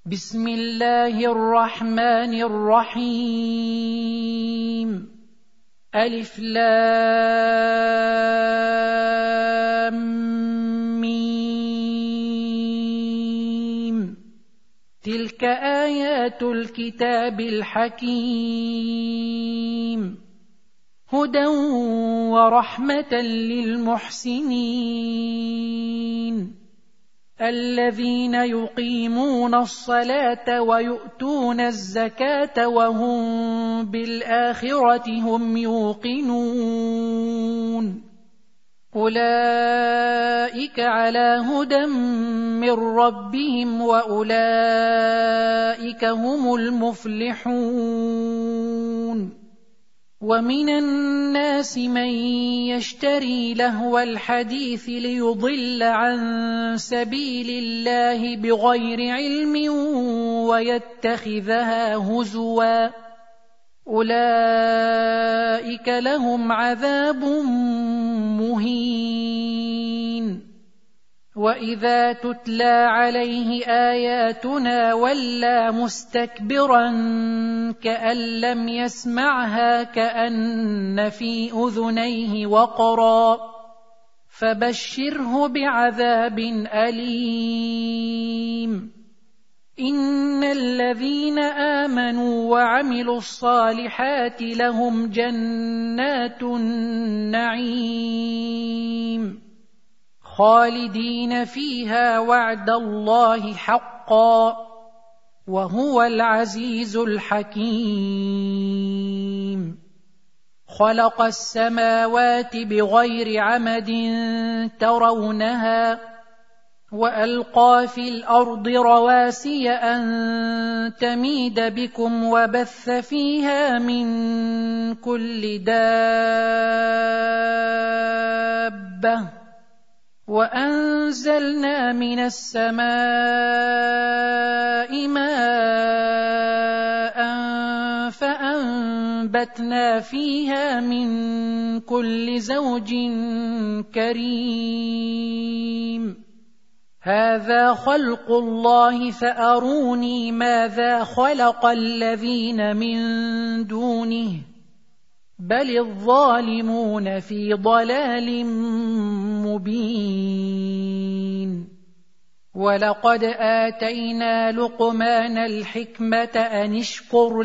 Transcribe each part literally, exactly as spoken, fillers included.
بسم الله الرحمن الرحيم. ألف لام ميم. تلك آيات الكتاب الحكيم، هدى ورحمة للمحسنين الذين يقيمون الصلاة ويؤتون الزكاة وهم بالآخرة هم يوقنون. أولئك على هدى من ربهم وأولئك هم المفلحون. ومن الناس من يشتري لهو الحديث ليضل عن سبيل الله بغير علم ويتخذها هزوا، أولئك لهم عذاب مهين. وإذا تتلى عليه آياتنا ولى مستكبرا كأن لم يسمعها كأن في أذنيه وقرا، فبشره بعذاب أليم. إن الذين آمنوا وعملوا الصالحات لهم جنات النعيم خالدين فيها وعد الله حقا، وهو العزيز الحكيم. خلق السماوات بغير عمد ترونها، وألقى في الأرض رواسي أن تميد بكم وبث فيها من كل دابة، وأنزلنا من السماء ماء فأنبتنا فيها من كل زوج كريم. هذا خلق الله فأروني ماذا خلق الذين من دونه، بل الظالمون في ضلال مبين. ولقد آتينا لقمان الحكمة أن اشكر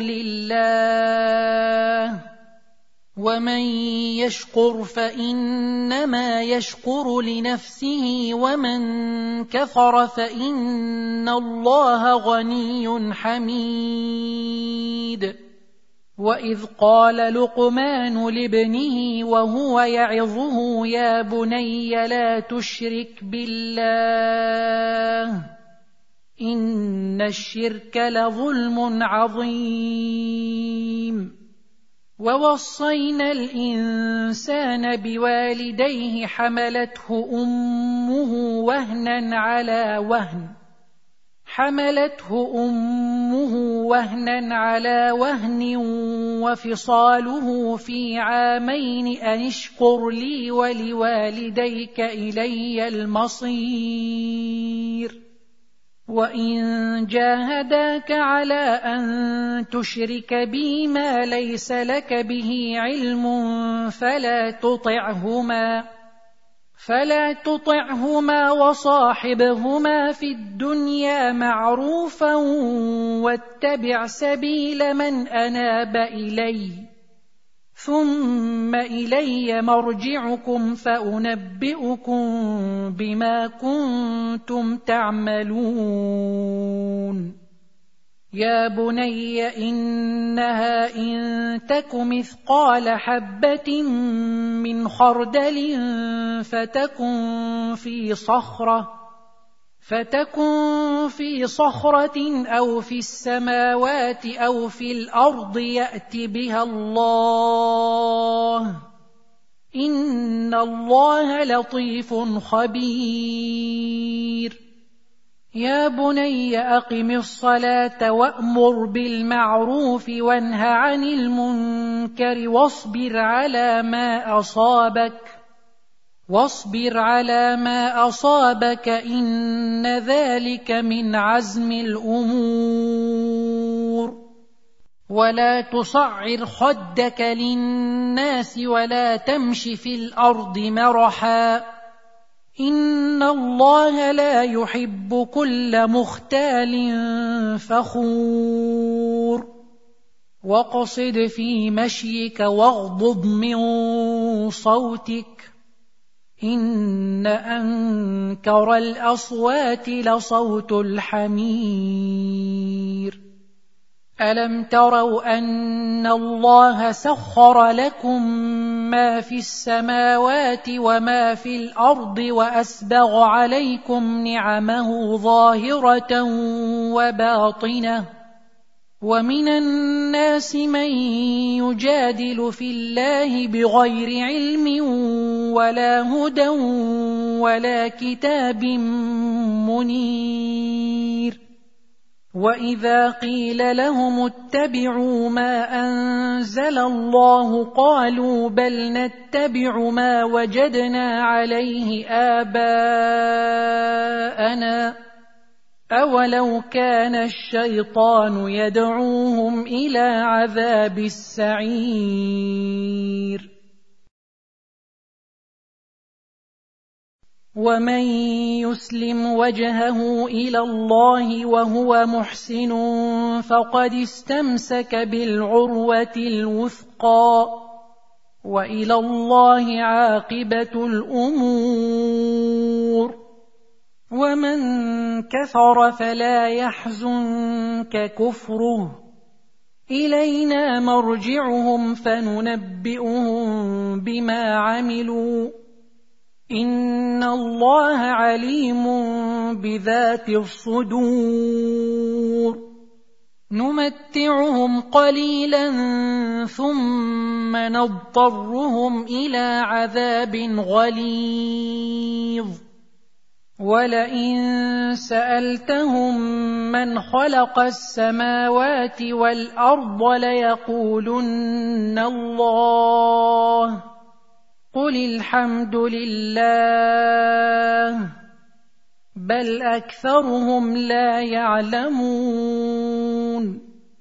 لله، ومن يشكر فإنما يشكر لنفسه، ومن كفر فإن الله غني حميد. وإذ قال لقمان لابنه وهو يعظه يا بني لا تشرك بالله إن الشرك لظلم عظيم. ووصينا الإنسان بوالديه حملته أمه وهنا على وهن حملته أمه وهنا على وهن وفصاله في عامين أن اشكر لي ولوالديك إلي المصير. وإن جاهداك على أن تشرك بي ما ليس لك به علم فلا تطعهما فلا تطعهما وصاحبهما في الدنيا معروفا واتبع سبيل من أناب إلي، ثم إلي مرجعكم فأنبئكم بما كنتم تعملون. يا بني إنها إن تك مثقال حبة من خردل فتكن في صخرة فتكن في صخرة أو في السماوات أو في الأرض يأت بها الله، إن الله لطيف خبير. يا بني أقم الصلاة وأمر بالمعروف وانه عن المنكر واصبر على ما أصابك واصبر على ما أصابك إن ذلك من عزم الأمور. ولا تصعر خدك للناس ولا تمش في الأرض مرحا إن الله لا يحب كل مختال فخور واقصد في مشيك واغضض من صوتك إن أنكر الأصوات لصوت الحمير ألم تروا أن الله سخر لكم ما في السماوات وما في الأرض وأسبغ عليكم نعمه ظاهرة وباطنة ومن الناس من يجادل في الله بغير علم ولا هدى ولا كتاب منير وإذا قيل لهم اتبعوا ما أنزل الله قالوا بل نتبع ما وجدنا عليه آباءنا أولو كان الشيطان يدعوهم إلى عذاب السعير ومن يسلم وجهه إلى الله وهو محسن فقد استمسك بالعروة الوثقى وإلى الله عاقبة الأمور ومن كفر فلا يحزنك كفره إلينا مرجعهم فننبئهم بما عملوا إن الله عليم بذات الصدور نمتعهم قليلا ثم نضطرهم إلى عذاب غليظ ولئن سألتهم من خلق السماوات والأرض ليقولن الله قل الحمد لله بل أكثرهم لا يعلمون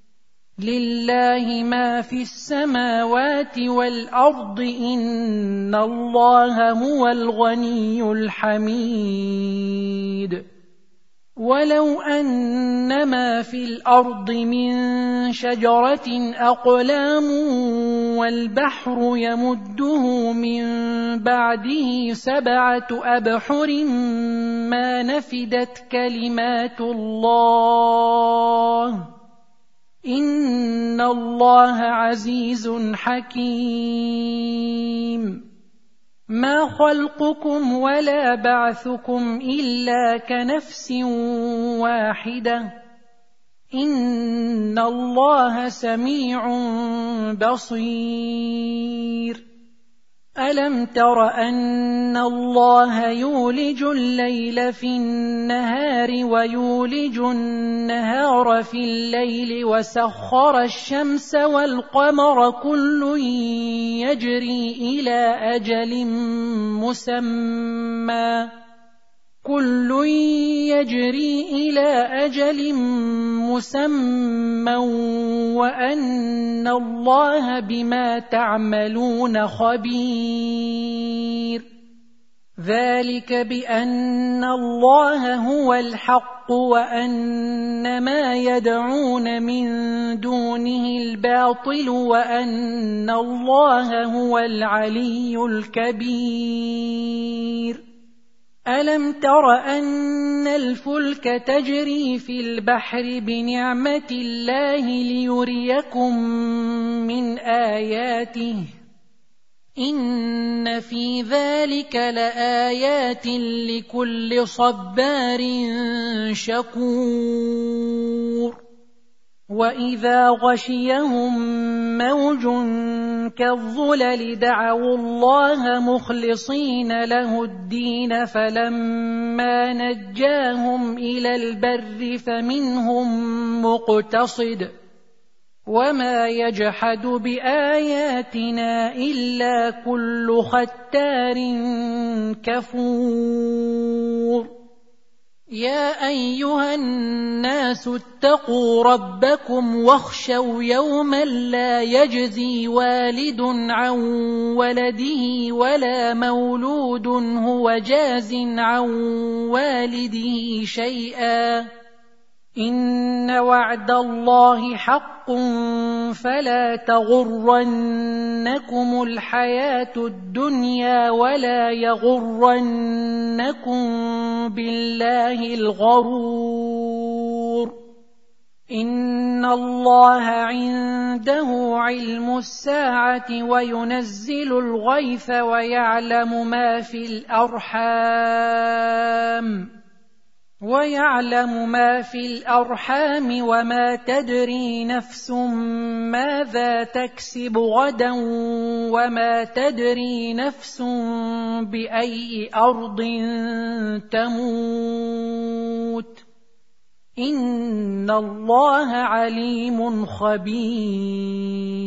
لله ما في السماوات والأرض إن الله هو الغني الحميد ولو أن ما في الأرض من شجرة أقلام والبحر يمده من بعده سبعة أبحر ما نفدت كلمات الله إن الله عزيز حكيم ما خلقكم ولا بعثكم إلا كنفس واحدة إن الله سميع بصير ألم تر أن الله يولج الليل في النهار ويولج النهار في الليل وسخر الشمس والقمر كل يجري إلى أجل مسمى كل يجري إلى أجل مسمى وأن الله بما تعملون خبير ذلك بأن الله هو الحق وأن ما يدعون من دونه الباطل وأن الله هو العلي الكبير ألم تر أن الفلك تجري في البحر بنعمة الله ليريكم من آياته إن في ذلك لآيات لكل صبار شكور وإذا غشيهم موج كالظلل دعوا الله مخلصين له الدين فلما نجاهم إلى البر فمنهم مقتصد وما يجحد بآياتنا إلا كل ختار كفور يا أيها الناس اتقوا ربكم واخشوا يوما لا يجزي والد عن ولده ولا مولود هو جاز عن والده شيئا إن وعد الله حق فلا تغرنكم الحياة الدنيا ولا يغرنكم بالله الغرور إن الله عنده علم الساعة وينزل الغيث ويعلم ما في الأرحام ويعلم ما في الأرحام وما تدري نفس ماذا تكسب غدا وما تدري نفس بأي أرض تموت إن الله عليم خبير.